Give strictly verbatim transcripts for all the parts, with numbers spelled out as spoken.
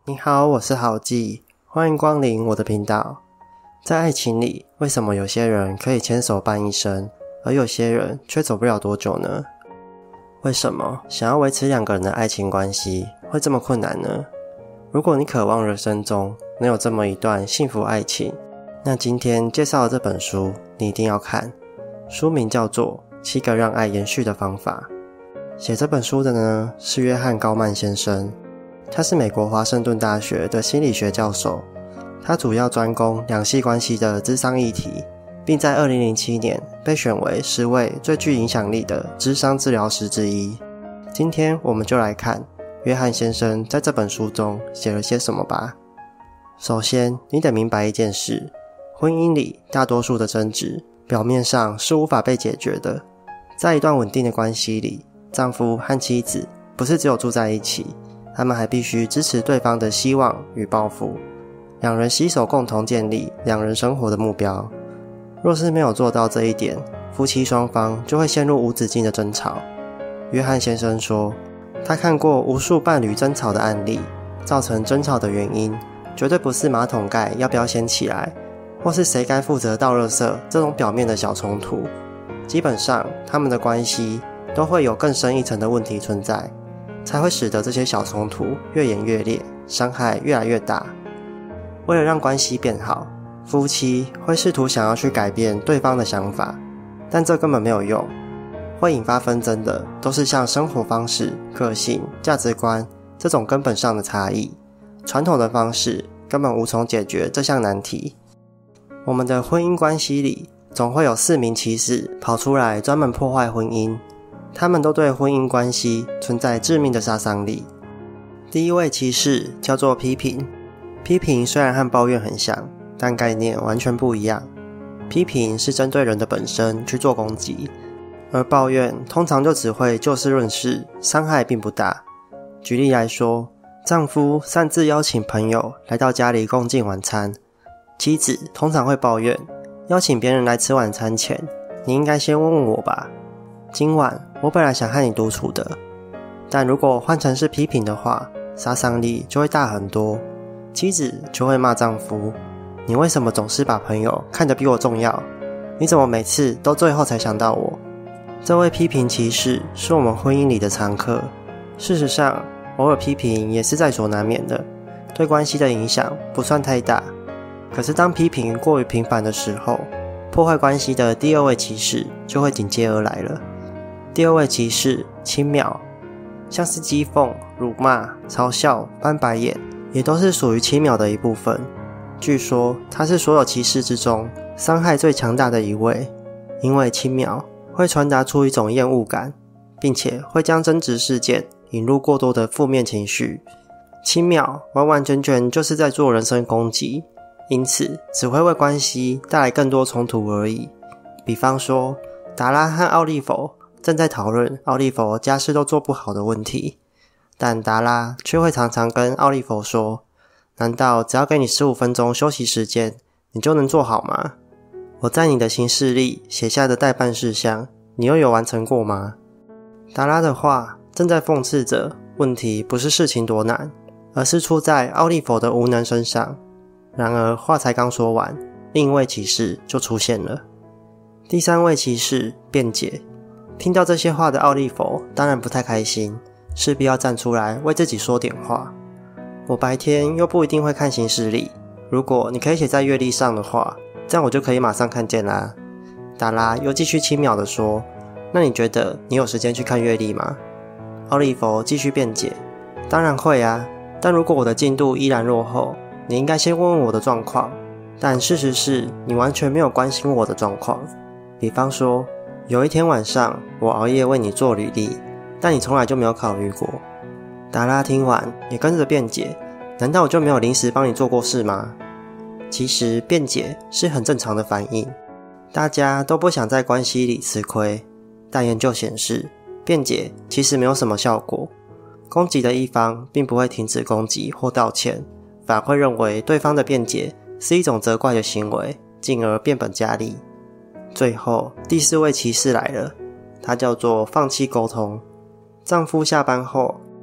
你好，我是郝记，欢迎光临我的频道。在爱情里，为什么有些人可以牵手伴一生，而有些人却走不了多久呢？为什么想要维持两个人的爱情关系会这么困难呢？如果你渴望人生中能有这么一段幸福爱情，那今天介绍的这本书你一定要看。书名叫做《七个让爱延续的方法》。写这本书的呢是约翰·高曼先生，他是美国华盛顿大学的心理学教授，他主要专攻两性关系的諮商议题，并在二零零七年被选为十位最具影响力的諮商治疗师之一。今天我们就来看约翰先生在这本书中写了些什么吧。首先，你得明白一件事，婚姻里大多数的争执表面上是无法被解决的。在一段稳定的关系里，丈夫和妻子不是只有住在一起，他们还必须支持对方的希望与抱负，两人携手共同建立两人生活的目标。若是没有做到这一点，夫妻双方就会陷入无止境的争吵。约翰先生说，他看过无数伴侣争吵的案例，造成争吵的原因绝对不是马桶盖要不要掀起来，或是谁该负责倒垃圾这种表面的小冲突。基本上他们的关系都会有更深一层的问题存在，才会使得这些小冲突越演越烈，伤害越来越大。为了让关系变好，夫妻会试图想要去改变对方的想法，但这根本没有用。会引发纷争的都是像生活方式、个性、价值观这种根本上的差异，传统的方式根本无从解决这项难题。我们的婚姻关系里总会有四名骑士跑出来专门破坏婚姻，他们都对婚姻关系存在致命的杀伤力。第一位骑士叫做批评。批评虽然和抱怨很像，但概念完全不一样。批评是针对人的本身去做攻击，而抱怨通常就只会就事论事，伤害并不大。举例来说，丈夫擅自邀请朋友来到家里共进晚餐，妻子通常会抱怨，邀请别人来吃晚餐前，你应该先问问我吧，今晚我本来想和你独处的。但如果换成是批评的话，杀伤力就会大很多。妻子就会骂丈夫，你为什么总是把朋友看得比我重要？你怎么每次都最后才想到我？这位批评骑士是我们婚姻里的常客。事实上，偶尔批评也是在所难免的，对关系的影响不算太大。可是当批评过于频繁的时候，破坏关系的第二位骑士就会紧接而来了。第二位骑士轻蔑，像是讥讽、辱骂、嘲笑、翻白眼，也都是属于轻蔑的一部分。据说他是所有骑士之中伤害最强大的一位，因为轻蔑会传达出一种厌恶感，并且会将争执事件引入过多的负面情绪。轻蔑完完全全就是在做人身攻击，因此只会为关系带来更多冲突而已。比方说，达拉和奥利弗正在讨论奥利弗家事都做不好的问题，但达拉却会常常跟奥利弗说，难道只要给你十五分钟休息时间，你就能做好吗？我在你的行事历写下的待办事项，你又有完成过吗？达拉的话正在讽刺着问题不是事情多难，而是出在奥利弗的无能身上。然而话才刚说完，另一位骑士就出现了。第三位骑士辩解。听到这些话的奥利弗当然不太开心，势必要站出来为自己说点话。我白天又不一定会看行事历，如果你可以写在月历上的话，这样我就可以马上看见啦。达拉又继续轻蔑地说，那你觉得你有时间去看月历吗？奥利弗继续辩解，当然会啊，但如果我的进度依然落后，你应该先问问我的状况。但事实是你完全没有关心我的状况。比方说，有一天晚上我熬夜为你做履历，但你从来就没有考虑过。达拉听完也跟着辩解，难道我就没有临时帮你做过事吗？其实辩解是很正常的反应，大家都不想在关系里吃亏，但研究显示，辩解其实没有什么效果。攻击的一方并不会停止攻击或道歉，反而会认为对方的辩解是一种责怪的行为，进而变本加厉。最后第四位骑士来了，他叫做放弃沟通。丈夫下班后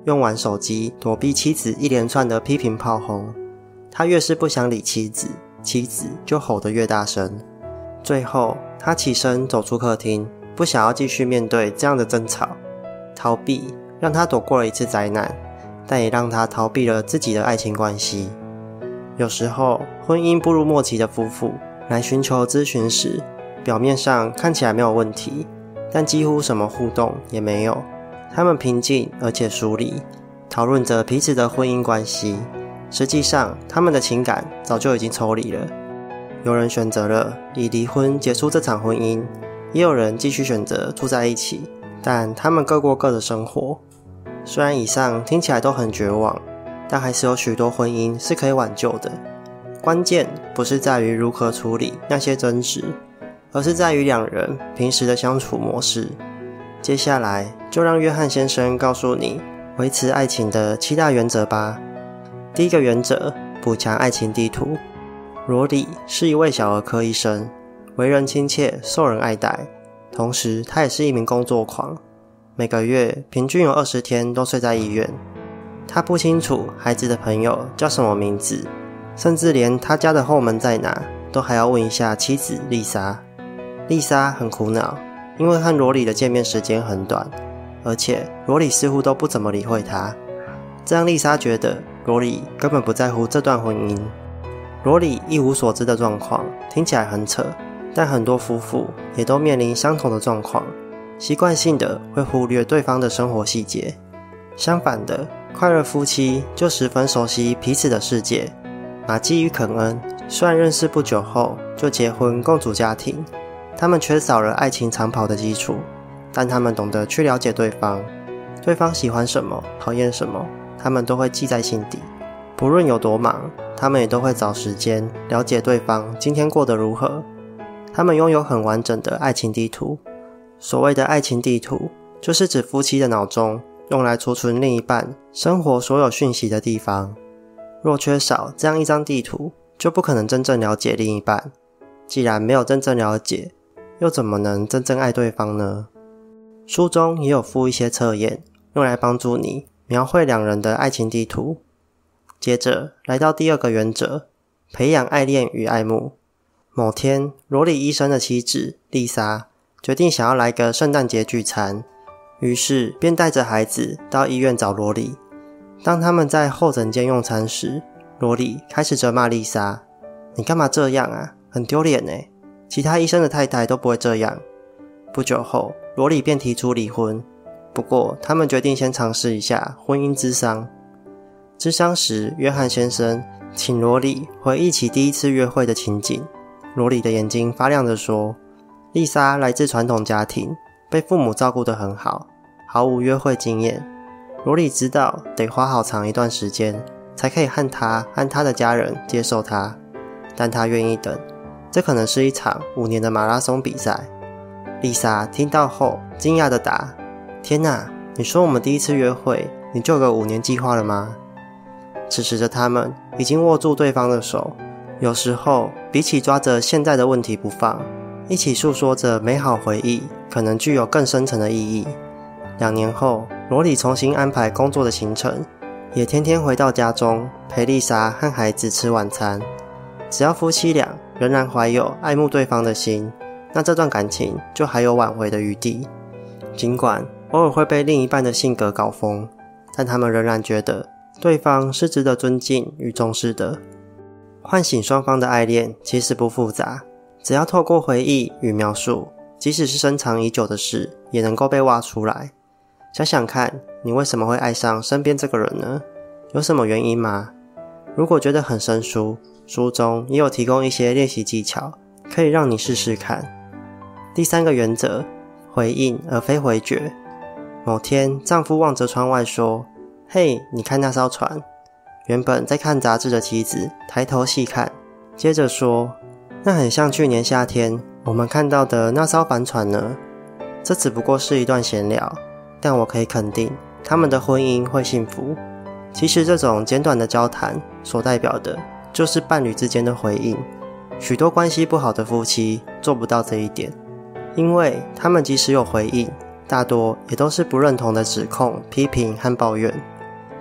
用玩手机躲避妻子一连串的批评炮轰。他越是不想理妻子，妻子就吼得越大声。最后他起身走出客厅，不想要继续面对这样的争吵。逃避让他躲过了一次灾难，但也让他逃避了自己的爱情关系。有时候婚姻步入末期的夫妇来寻求咨询时，表面上看起来没有问题，但几乎什么互动也没有。他们平静而且疏离，讨论着彼此的婚姻关系，实际上他们的情感早就已经抽离了。有人选择了以离婚结束这场婚姻，也有人继续选择住在一起，但他们各过各的生活。虽然以上听起来都很绝望，但还是有许多婚姻是可以挽救的。关键不是在于如何处理那些争执，而是在于两人平时的相处模式。接下来就让约翰先生告诉你维持爱情的七大原则吧。第一个原则，补强爱情地图。罗里是一位小儿科医生，为人亲切，受人爱戴，同时他也是一名工作狂，每个月平均有二十天都睡在医院。他不清楚孩子的朋友叫什么名字，甚至连他家的后门在哪都还要问一下妻子丽莎。丽莎很苦恼，因为和罗里的见面时间很短，而且罗里似乎都不怎么理会他，这让丽莎觉得罗里根本不在乎这段婚姻。罗里一无所知的状况听起来很扯，但很多夫妇也都面临相同的状况，习惯性的会忽略对方的生活细节。相反的，快乐夫妻就十分熟悉彼此的世界。玛姬与肯恩虽然认识不久后就结婚共组家庭，他们缺少了爱情长跑的基础，但他们懂得去了解对方，对方喜欢什么，讨厌什么，他们都会记在心底。不论有多忙，他们也都会找时间了解对方今天过得如何。他们拥有很完整的爱情地图。所谓的爱情地图，就是指夫妻的脑中用来储存另一半生活所有讯息的地方。若缺少这样一张地图，就不可能真正了解另一半。既然没有真正了解，又怎么能真正爱对方呢？书中也有附一些测验，用来帮助你描绘两人的爱情地图。接着来到第二个原则，培养爱恋与爱慕。某天，罗里医生的妻子丽莎决定想要来个圣诞节聚餐，于是便带着孩子到医院找罗里。当他们在候诊间用餐时，罗里开始责骂丽莎：“你干嘛这样啊？很丢脸耶，其他医生的太太都不会这样。”不久后，罗里便提出离婚，不过他们决定先尝试一下婚姻諮商。諮商时，约翰先生请罗里回忆起第一次约会的情景。罗里的眼睛发亮地说：“丽莎来自传统家庭，被父母照顾得很好，毫无约会经验。罗里知道得花好长一段时间才可以和她和她的家人接受她，但她愿意等。这可能是一场五年的马拉松比赛。”丽莎听到后惊讶地答：“天哪，你说我们第一次约会你就有个五年计划了吗？”此时的他们已经握住对方的手，有时候比起抓着现在的问题不放，一起诉说着美好回忆可能具有更深层的意义。两年后，罗里重新安排工作的行程，也天天回到家中陪丽莎和孩子吃晚餐。只要夫妻俩仍然怀有爱慕对方的心，那这段感情就还有挽回的余地。尽管偶尔会被另一半的性格搞疯，但他们仍然觉得对方是值得尊敬与重视的。唤醒双方的爱恋其实不复杂，只要透过回忆与描述，即使是深藏已久的事也能够被挖出来。想想看，你为什么会爱上身边这个人呢？有什么原因吗？如果觉得很生疏，书中也有提供一些练习技巧，可以让你试试看。第三个原则，回应而非回绝。某天，丈夫望着窗外说：“嘿，你看那艘船。”原本在看杂志的妻子抬头细看，接着说：“那很像去年夏天我们看到的那艘帆船呢。”这只不过是一段闲聊，但我可以肯定他们的婚姻会幸福。其实这种简短的交谈所代表的就是伴侣之间的回应。许多关系不好的夫妻做不到这一点，因为他们即使有回应，大多也都是不认同的指控、批评和抱怨，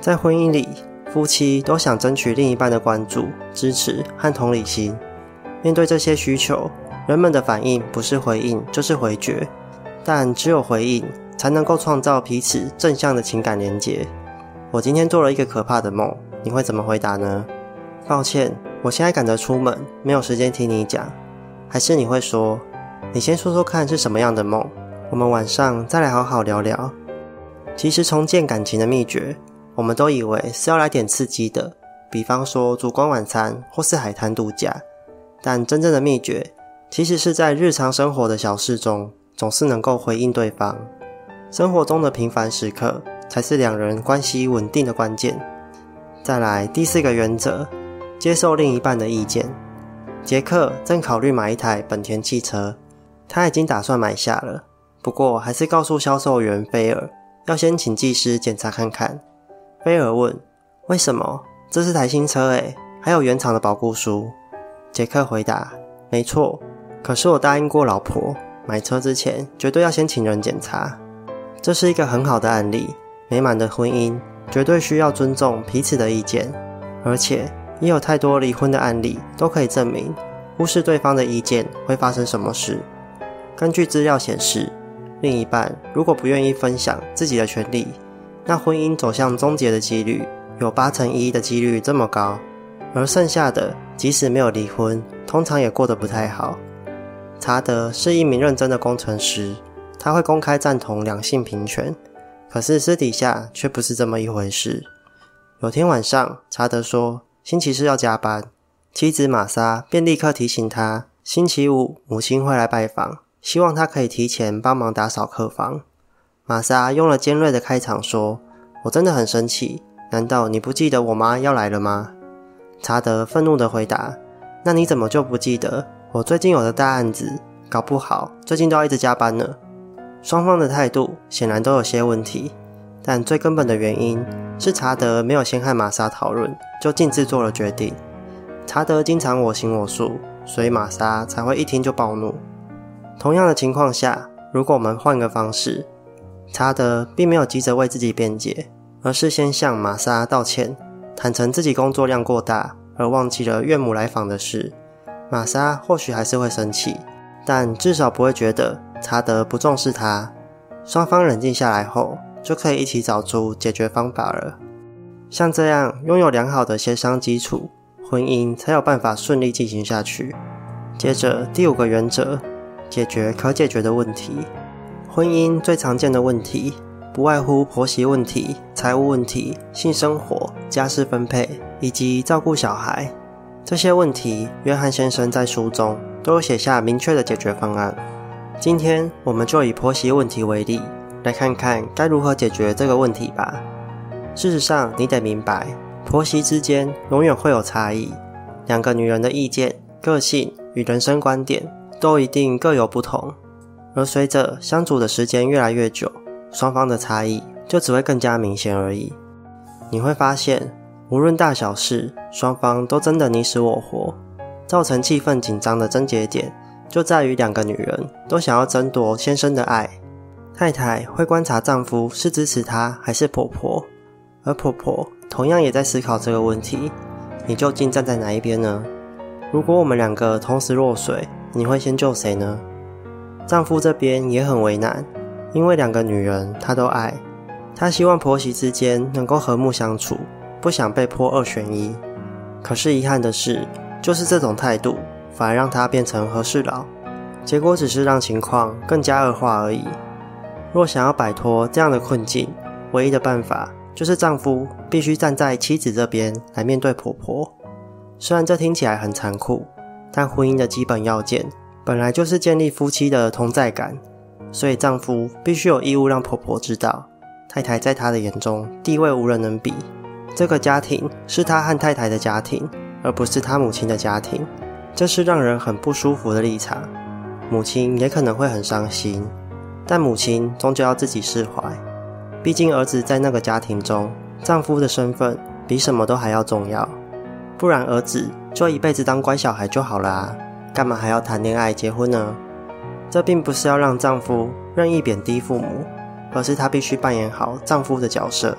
在婚姻里，夫妻都想争取另一半的关注、支持和同理心。面对这些需求，人们的反应不是回应就是回绝，但只有回应才能够创造彼此正向的情感连结。我今天做了一个可怕的梦，你会怎么回答呢？抱歉，我现在赶着出门，没有时间听你讲。还是你会说，你先说说看是什么样的梦，我们晚上再来好好聊聊。其实重建感情的秘诀，我们都以为是要来点刺激的，比方说烛光晚餐或是海滩度假，但真正的秘诀其实是在日常生活的小事中总是能够回应对方。生活中的平凡时刻才是两人关系稳定的关键。再来第四个原则，接受另一半的意见。杰克正考虑买一台本田汽车，他已经打算买下了，不过还是告诉销售员菲尔要先请技师检查看看。菲尔问，为什么？这是台新车诶，还有原厂的保固书。杰克回答，没错，可是我答应过老婆，买车之前绝对要先请人检查。这是一个很好的案例，美满的婚姻绝对需要尊重彼此的意见，而且也有太多离婚的案例都可以证明，忽视对方的意见会发生什么事。根据资料显示，另一半如果不愿意分享自己的权利，那婚姻走向终结的几率有八成一的几率这么高，而剩下的即使没有离婚，通常也过得不太好。查德是一名认真的工程师，他会公开赞同两性平权，可是私底下却不是这么一回事。有天晚上，查德说星期四要加班，妻子玛莎便立刻提醒他，星期五母亲会来拜访，希望他可以提前帮忙打扫客房。玛莎用了尖锐的开场说，我真的很生气，难道你不记得我妈要来了吗？查德愤怒地回答，那你怎么就不记得我最近有的大案子，搞不好最近都要一直加班呢？双方的态度显然都有些问题，但最根本的原因是查德没有先和玛莎讨论，就径自做了决定。查德经常我行我素，所以玛莎才会一听就暴怒。同样的情况下，如果我们换个方式，查德并没有急着为自己辩解，而是先向玛莎道歉，坦诚自己工作量过大而忘记了岳母来访的事。玛莎或许还是会生气，但至少不会觉得查德不重视她。双方冷静下来后，就可以一起找出解决方法了。像这样拥有良好的协商基础，婚姻才有办法顺利进行下去。接着第五个原则，解决可解决的问题。婚姻最常见的问题不外乎婆媳问题、财务问题、性生活、家事分配以及照顾小孩。这些问题，约翰先生在书中都有写下明确的解决方案。今天我们就以婆媳问题为例，来看看该如何解决这个问题吧。事实上，你得明白，婆媳之间永远会有差异，两个女人的意见、个性与人生观点都一定各有不同。而随着相处的时间越来越久，双方的差异就只会更加明显而已。你会发现，无论大小事，双方都争得你死我活，造成气氛紧张的症结点就在于两个女人都想要争夺先生的爱。太太会观察丈夫是支持她还是婆婆，而婆婆同样也在思考这个问题，你究竟站在哪一边呢？如果我们两个同时落水，你会先救谁呢？丈夫这边也很为难，因为两个女人她都爱，她希望婆媳之间能够和睦相处，不想被迫二选一。可是遗憾的是，就是这种态度反而让她变成和事佬，结果只是让情况更加恶化而已。若想要摆脱这样的困境，唯一的办法就是丈夫必须站在妻子这边来面对婆婆。虽然这听起来很残酷，但婚姻的基本要件本来就是建立夫妻的同在感，所以丈夫必须有义务让婆婆知道，太太在他的眼中地位无人能比，这个家庭是他和太太的家庭，而不是他母亲的家庭。这是让人很不舒服的立场，母亲也可能会很伤心，但母亲终究要自己释怀。毕竟儿子在那个家庭中，丈夫的身份比什么都还要重要，不然儿子就一辈子当乖小孩就好了啊，干嘛还要谈恋爱结婚呢？这并不是要让丈夫任意贬低父母，而是他必须扮演好丈夫的角色，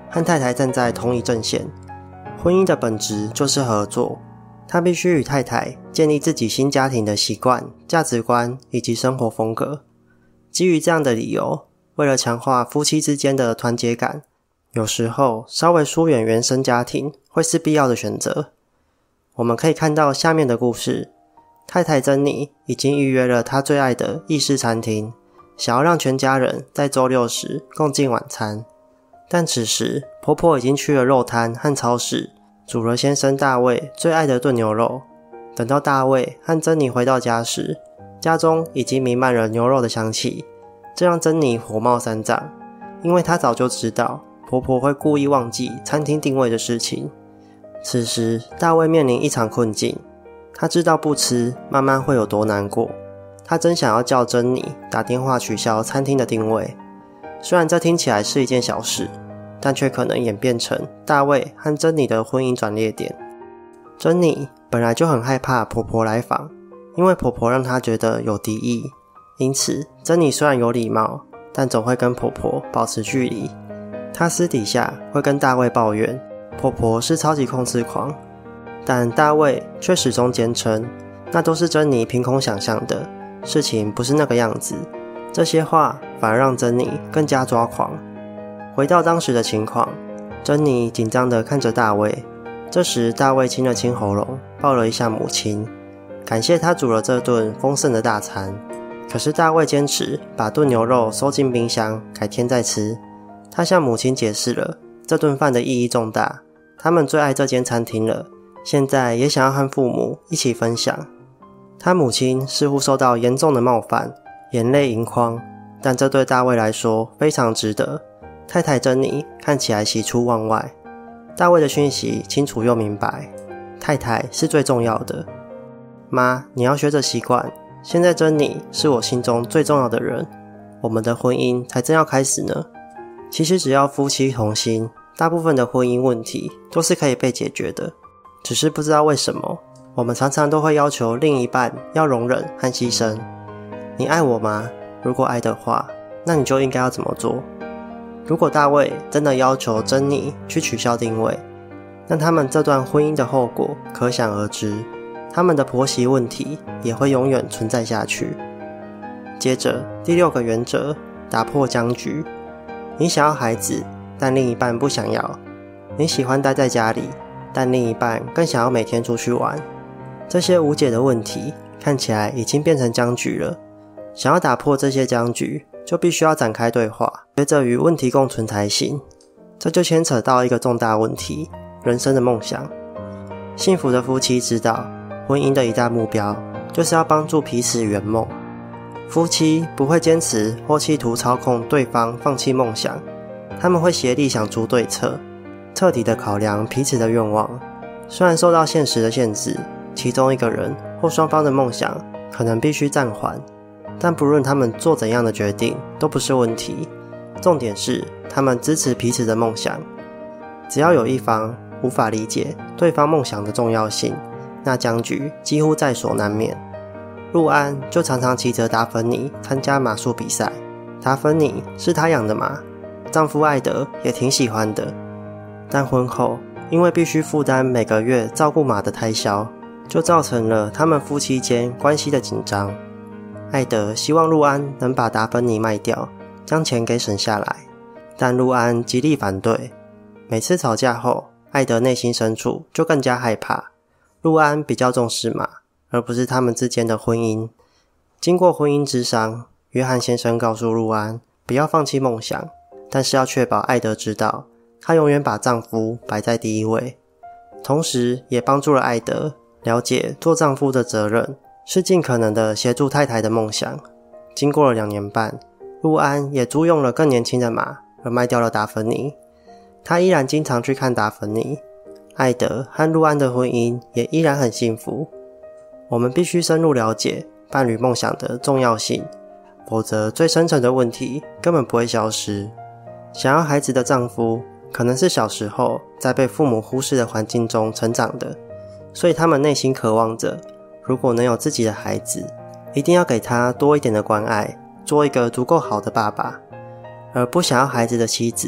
和太太站在同一阵线。婚姻的本质就是合作，他必须与太太建立自己新家庭的习惯、价值观以及生活风格。基于这样的理由，为了强化夫妻之间的团结感，有时候稍微疏远原生家庭会是必要的选择。我们可以看到下面的故事，太太珍妮已经预约了她最爱的意式餐厅，想要让全家人在周六时共进晚餐。但此时婆婆已经去了肉摊和超市，煮了先生大卫最爱的炖牛肉。等到大卫和珍妮回到家时，家中已经弥漫了牛肉的香气，这让珍妮火冒三丈，因为她早就知道婆婆会故意忘记餐厅定位的事情。此时大卫面临一场困境，他知道不吃慢慢会有多难过。他真想要叫珍妮打电话取消餐厅的定位，虽然这听起来是一件小事，但却可能演变成大卫和珍妮的婚姻转捩点。珍妮本来就很害怕婆婆来访，因为婆婆让她觉得有敌意，因此珍妮虽然有礼貌，但总会跟婆婆保持距离。她私底下会跟大卫抱怨婆婆是超级控制狂，但大卫却始终坚称那都是珍妮凭空想象的，事情不是那个样子。这些话反而让珍妮更加抓狂。回到当时的情况，珍妮紧张地看着大卫，这时大卫清了清喉咙，抱了一下母亲，感谢他煮了这顿丰盛的大餐。可是大卫坚持把炖牛肉收进冰箱，改天再吃。他向母亲解释了这顿饭的意义重大，他们最爱这间餐厅了，现在也想要和父母一起分享。他母亲似乎受到严重的冒犯，眼泪盈眶，但这对大卫来说非常值得。太太珍妮看起来喜出望外。大卫的讯息清楚又明白，太太是最重要的。妈，你要学着习惯，现在珍妮是我心中最重要的人，我们的婚姻才正要开始呢。其实只要夫妻同心，大部分的婚姻问题都是可以被解决的，只是不知道为什么我们常常都会要求另一半要容忍和牺牲。你爱我吗？如果爱的话，那你就应该要怎么做？如果大卫真的要求珍妮去取消定位，那他们这段婚姻的后果可想而知，他们的婆媳问题也会永远存在下去。接着第六个原则，打破僵局。你想要孩子，但另一半不想要；你喜欢待在家里，但另一半更想要每天出去玩。这些无解的问题看起来已经变成僵局了。想要打破这些僵局，就必须要展开对话，学着与问题共存才行。这就牵扯到一个重大问题，人生的梦想。幸福的夫妻知道，婚姻的一大目标就是要帮助彼此圆梦。夫妻不会坚持或企图操控对方放弃梦想，他们会协力想出对策，彻底的考量彼此的愿望。虽然受到现实的限制，其中一个人或双方的梦想可能必须暂缓，但不论他们做怎样的决定都不是问题，重点是他们支持彼此的梦想。只要有一方无法理解对方梦想的重要性，那僵局几乎在所难免。陆安就常常骑着达芬妮参加马术比赛，达芬妮是她养的马，丈夫艾德也挺喜欢的。但婚后因为必须负担每个月照顾马的开销，就造成了他们夫妻间关系的紧张。艾德希望陆安能把达芬妮卖掉，将钱给省下来，但陆安极力反对。每次吵架后，艾德内心深处就更加害怕。陆安比较重视马，而不是他们之间的婚姻。经过婚姻咨商，约翰先生告诉陆安不要放弃梦想，但是要确保艾德知道她永远把丈夫摆在第一位，同时也帮助了艾德了解做丈夫的责任是尽可能的协助太太的梦想。经过了两年半，陆安也租用了更年轻的马，而卖掉了达芬妮。他依然经常去看达芬妮。艾德和陆安的婚姻也依然很幸福。我们必须深入了解伴侣梦想的重要性，否则最深层的问题根本不会消失。想要孩子的丈夫可能是小时候在被父母忽视的环境中成长的，所以他们内心渴望着，如果能有自己的孩子，一定要给他多一点的关爱，做一个足够好的爸爸。而不想要孩子的妻子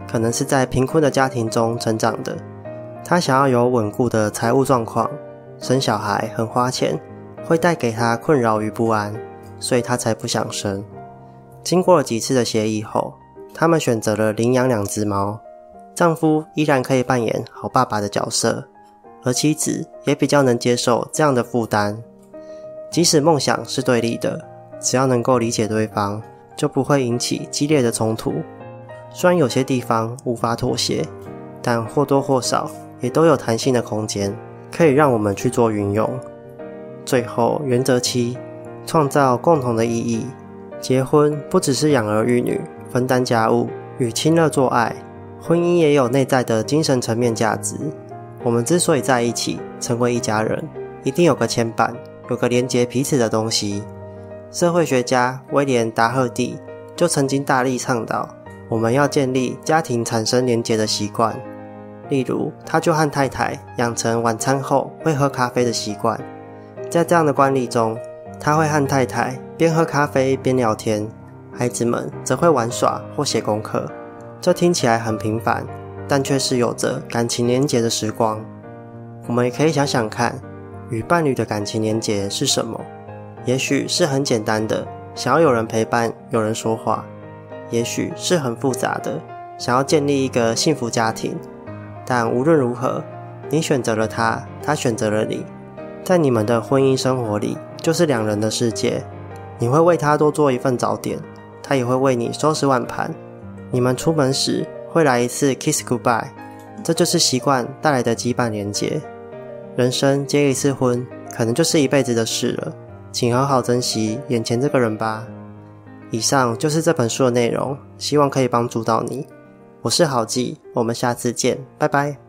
可能是在贫困的家庭中成长的，他想要有稳固的财务状况，生小孩很花钱，会带给他困扰与不安，所以他才不想生。经过了几次的协议后，他们选择了领养两只猫，丈夫依然可以扮演好爸爸的角色，而妻子也比较能接受这样的负担。即使梦想是对立的，只要能够理解对方，就不会引起激烈的冲突。虽然有些地方无法妥协，但或多或少也都有弹性的空间，可以让我们去做运用。最后，原则七，创造共同的意义。结婚不只是养儿育女、分担家务与亲热做爱，婚姻也有内在的精神层面价值。我们之所以在一起，成为一家人，一定有个牵绊，有个连结彼此的东西。社会学家威廉·达赫蒂就曾经大力倡导，我们要建立家庭产生连结的习惯。例如，他就和太太养成晚餐后会喝咖啡的习惯。在这样的惯例中，他会和太太边喝咖啡边聊天，孩子们则会玩耍或写功课。这听起来很平凡，但却是有着感情连结的时光。我们也可以想想看，与伴侣的感情连结是什么？也许是很简单的，想要有人陪伴，有人说话；也许是很复杂的，想要建立一个幸福家庭。但无论如何，你选择了他，他选择了你，在你们的婚姻生活里，就是两人的世界。你会为他多做一份早点，他也会为你收拾碗盘。你们出门时会来一次 kiss goodbye， 这就是习惯带来的羁绊连结。人生结一次婚，可能就是一辈子的事了，请好好珍惜眼前这个人吧。以上就是这本书的内容，希望可以帮助到你。我是郝记，我们下次见，拜拜。